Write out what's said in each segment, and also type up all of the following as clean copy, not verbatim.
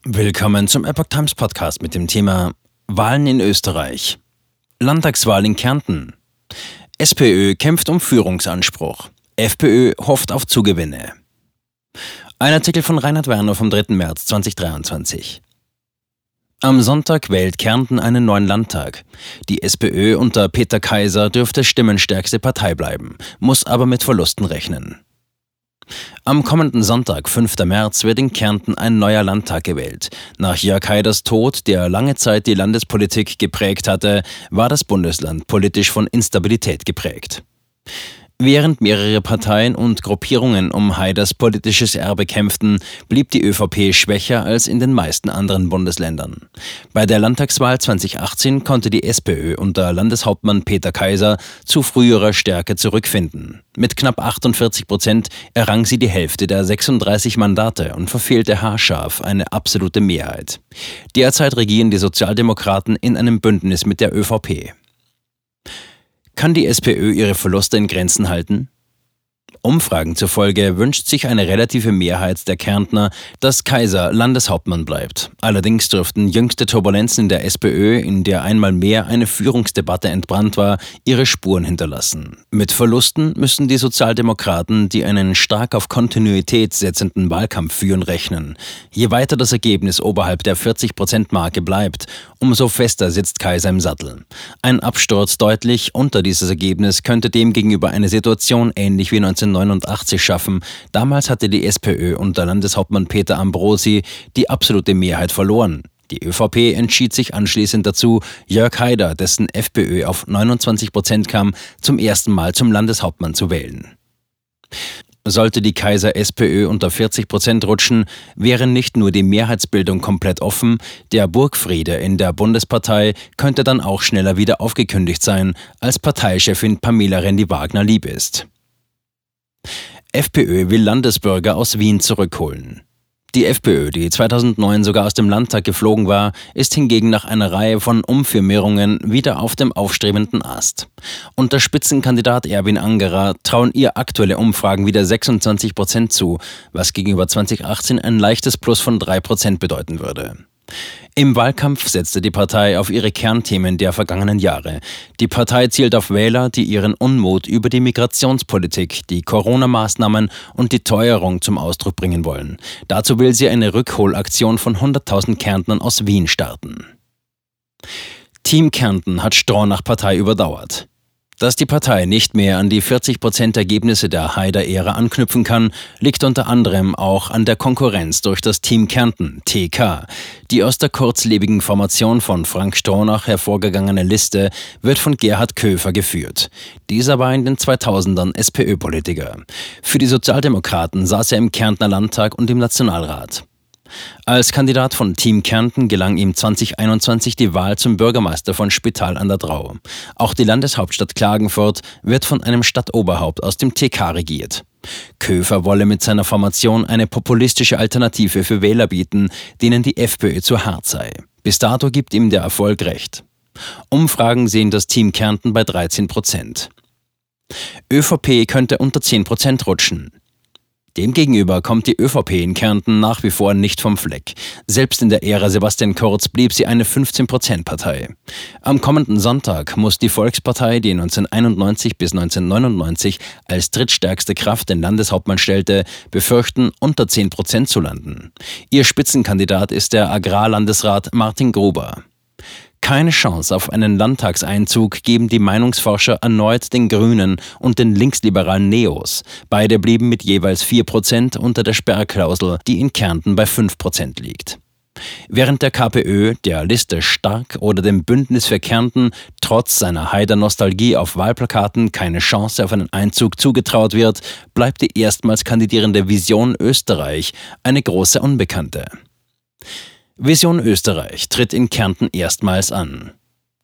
Willkommen zum Epoch Times Podcast mit dem Thema Wahlen in Österreich. Landtagswahl in Kärnten. SPÖ kämpft um Führungsanspruch. FPÖ hofft auf Zugewinne. Ein Artikel von Reinhard Werner vom 3. März 2023. Am Sonntag wählt Kärnten einen neuen Landtag. Die SPÖ unter Peter Kaiser dürfte stimmenstärkste Partei bleiben, muss aber mit Verlusten rechnen. Am kommenden Sonntag, 5. März, wird in Kärnten ein neuer Landtag gewählt. Nach Jörg Haiders Tod, der lange Zeit die Landespolitik geprägt hatte, war das Bundesland politisch von Instabilität geprägt. Während mehrere Parteien und Gruppierungen um Haiders politisches Erbe kämpften, blieb die ÖVP schwächer als in den meisten anderen Bundesländern. Bei der Landtagswahl 2018 konnte die SPÖ unter Landeshauptmann Peter Kaiser zu früherer Stärke zurückfinden. Mit knapp 48% errang sie die Hälfte der 36 Mandate und verfehlte haarscharf eine absolute Mehrheit. Derzeit regieren die Sozialdemokraten in einem Bündnis mit der ÖVP. Kann die SPÖ ihre Verluste in Grenzen halten? Umfragen zufolge wünscht sich eine relative Mehrheit der Kärntner, dass Kaiser Landeshauptmann bleibt. Allerdings dürften jüngste Turbulenzen in der SPÖ, in der einmal mehr eine Führungsdebatte entbrannt war, ihre Spuren hinterlassen. Mit Verlusten müssen die Sozialdemokraten, die einen stark auf Kontinuität setzenden Wahlkampf führen, rechnen. Je weiter das Ergebnis oberhalb der 40%-Marke bleibt, umso fester sitzt Kaiser im Sattel. Ein Absturz deutlich unter dieses Ergebnis könnte demgegenüber eine Situation ähnlich wie 1989 schaffen. Damals hatte die SPÖ unter Landeshauptmann Peter Ambrosi die absolute Mehrheit verloren. Die ÖVP entschied sich anschließend dazu, Jörg Haider, dessen FPÖ auf 29% kam, zum ersten Mal zum Landeshauptmann zu wählen. Sollte die Kaiser-SPÖ unter 40% rutschen, wäre nicht nur die Mehrheitsbildung komplett offen, der Burgfriede in der Bundespartei könnte dann auch schneller wieder aufgekündigt sein, als Parteichefin Pamela Rendi-Wagner lieb ist. FPÖ will Landesbürger aus Wien zurückholen. Die FPÖ, die 2009 sogar aus dem Landtag geflogen war, ist hingegen nach einer Reihe von Umfirmierungen wieder auf dem aufstrebenden Ast. Unter Spitzenkandidat Erwin Angerer trauen ihr aktuelle Umfragen wieder 26% zu, was gegenüber 2018 ein leichtes Plus von 3% bedeuten würde. Im Wahlkampf setzte die Partei auf ihre Kernthemen der vergangenen Jahre. Die Partei zielt auf Wähler, die ihren Unmut über die Migrationspolitik, die Corona-Maßnahmen und die Teuerung zum Ausdruck bringen wollen. Dazu will sie eine Rückholaktion von 100.000 Kärntnern aus Wien starten. Team Kärnten hat Stronach-Partei überdauert. Dass die Partei nicht mehr an die 40% Ergebnisse der Haider-Ära anknüpfen kann, liegt unter anderem auch an der Konkurrenz durch das Team Kärnten, TK. Die aus der kurzlebigen Formation von Frank Stronach hervorgegangene Liste wird von Gerhard Köfer geführt. Dieser war in den 2000ern SPÖ-Politiker. Für die Sozialdemokraten saß er im Kärntner Landtag und im Nationalrat. Als Kandidat von Team Kärnten gelang ihm 2021 die Wahl zum Bürgermeister von Spital an der Drau. Auch die Landeshauptstadt Klagenfurt wird von einem Stadtoberhaupt aus dem TK regiert. Köfer wolle mit seiner Formation eine populistische Alternative für Wähler bieten, denen die FPÖ zu hart sei. Bis dato gibt ihm der Erfolg recht. Umfragen sehen das Team Kärnten bei 13%. ÖVP könnte unter 10% rutschen. Demgegenüber kommt die ÖVP in Kärnten nach wie vor nicht vom Fleck. Selbst in der Ära Sebastian Kurz blieb sie eine 15%-Partei. Am kommenden Sonntag muss die Volkspartei, die 1991 bis 1999 als drittstärkste Kraft den Landeshauptmann stellte, befürchten, unter 10% zu landen. Ihr Spitzenkandidat ist der Agrarlandesrat Martin Gruber. Keine Chance auf einen Landtagseinzug geben die Meinungsforscher erneut den Grünen und den linksliberalen Neos. Beide blieben mit jeweils 4% unter der Sperrklausel, die in Kärnten bei 5% liegt. Während der KPÖ, der Liste Stark oder dem Bündnis für Kärnten, trotz seiner Haider-Nostalgie auf Wahlplakaten keine Chance auf einen Einzug zugetraut wird, bleibt die erstmals kandidierende Vision Österreich eine große Unbekannte. Vision Österreich tritt in Kärnten erstmals an.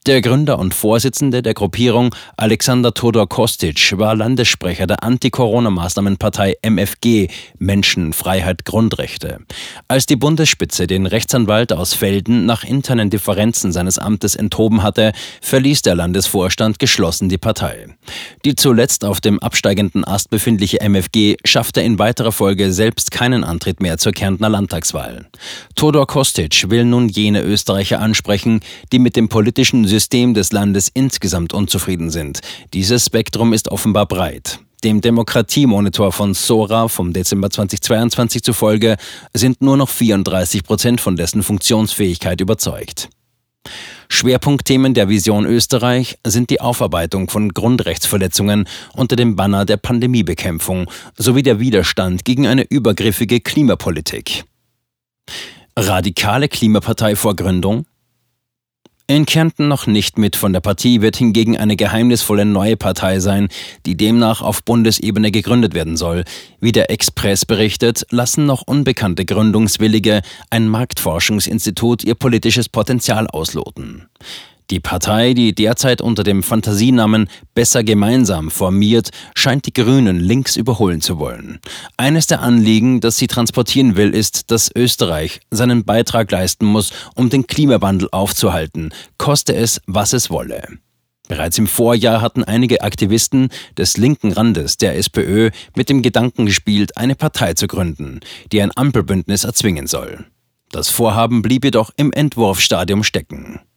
Der Gründer und Vorsitzende der Gruppierung, Alexander Todor Kostic, war Landessprecher der Anti-Corona-Maßnahmenpartei MFG, Menschen, Freiheit, Grundrechte. Als die Bundesspitze den Rechtsanwalt aus Velden nach internen Differenzen seines Amtes enthoben hatte, verließ der Landesvorstand geschlossen die Partei. Die zuletzt auf dem absteigenden Ast befindliche MFG schaffte in weiterer Folge selbst keinen Antritt mehr zur Kärntner Landtagswahl. Todor Kostic will nun jene Österreicher ansprechen, die mit dem politischen System des Landes insgesamt unzufrieden sind. Dieses Spektrum ist offenbar breit. Dem Demokratiemonitor von Sora vom Dezember 2022 zufolge sind nur noch 34% von dessen Funktionsfähigkeit überzeugt. Schwerpunktthemen der Vision Österreich sind die Aufarbeitung von Grundrechtsverletzungen unter dem Banner der Pandemiebekämpfung sowie der Widerstand gegen eine übergriffige Klimapolitik. Radikale Klimapartei vor Gründung? In Kärnten noch nicht mit von der Partie wird hingegen eine geheimnisvolle neue Partei sein, die demnach auf Bundesebene gegründet werden soll. Wie der Express berichtet, lassen noch unbekannte Gründungswillige ein Marktforschungsinstitut ihr politisches Potenzial ausloten. Die Partei, die derzeit unter dem Fantasienamen Besser gemeinsam formiert, scheint die Grünen links überholen zu wollen. Eines der Anliegen, das sie transportieren will, ist, dass Österreich seinen Beitrag leisten muss, um den Klimawandel aufzuhalten, koste es, was es wolle. Bereits im Vorjahr hatten einige Aktivisten des linken Randes der SPÖ mit dem Gedanken gespielt, eine Partei zu gründen, die ein Ampelbündnis erzwingen soll. Das Vorhaben blieb jedoch im Entwurfsstadium stecken.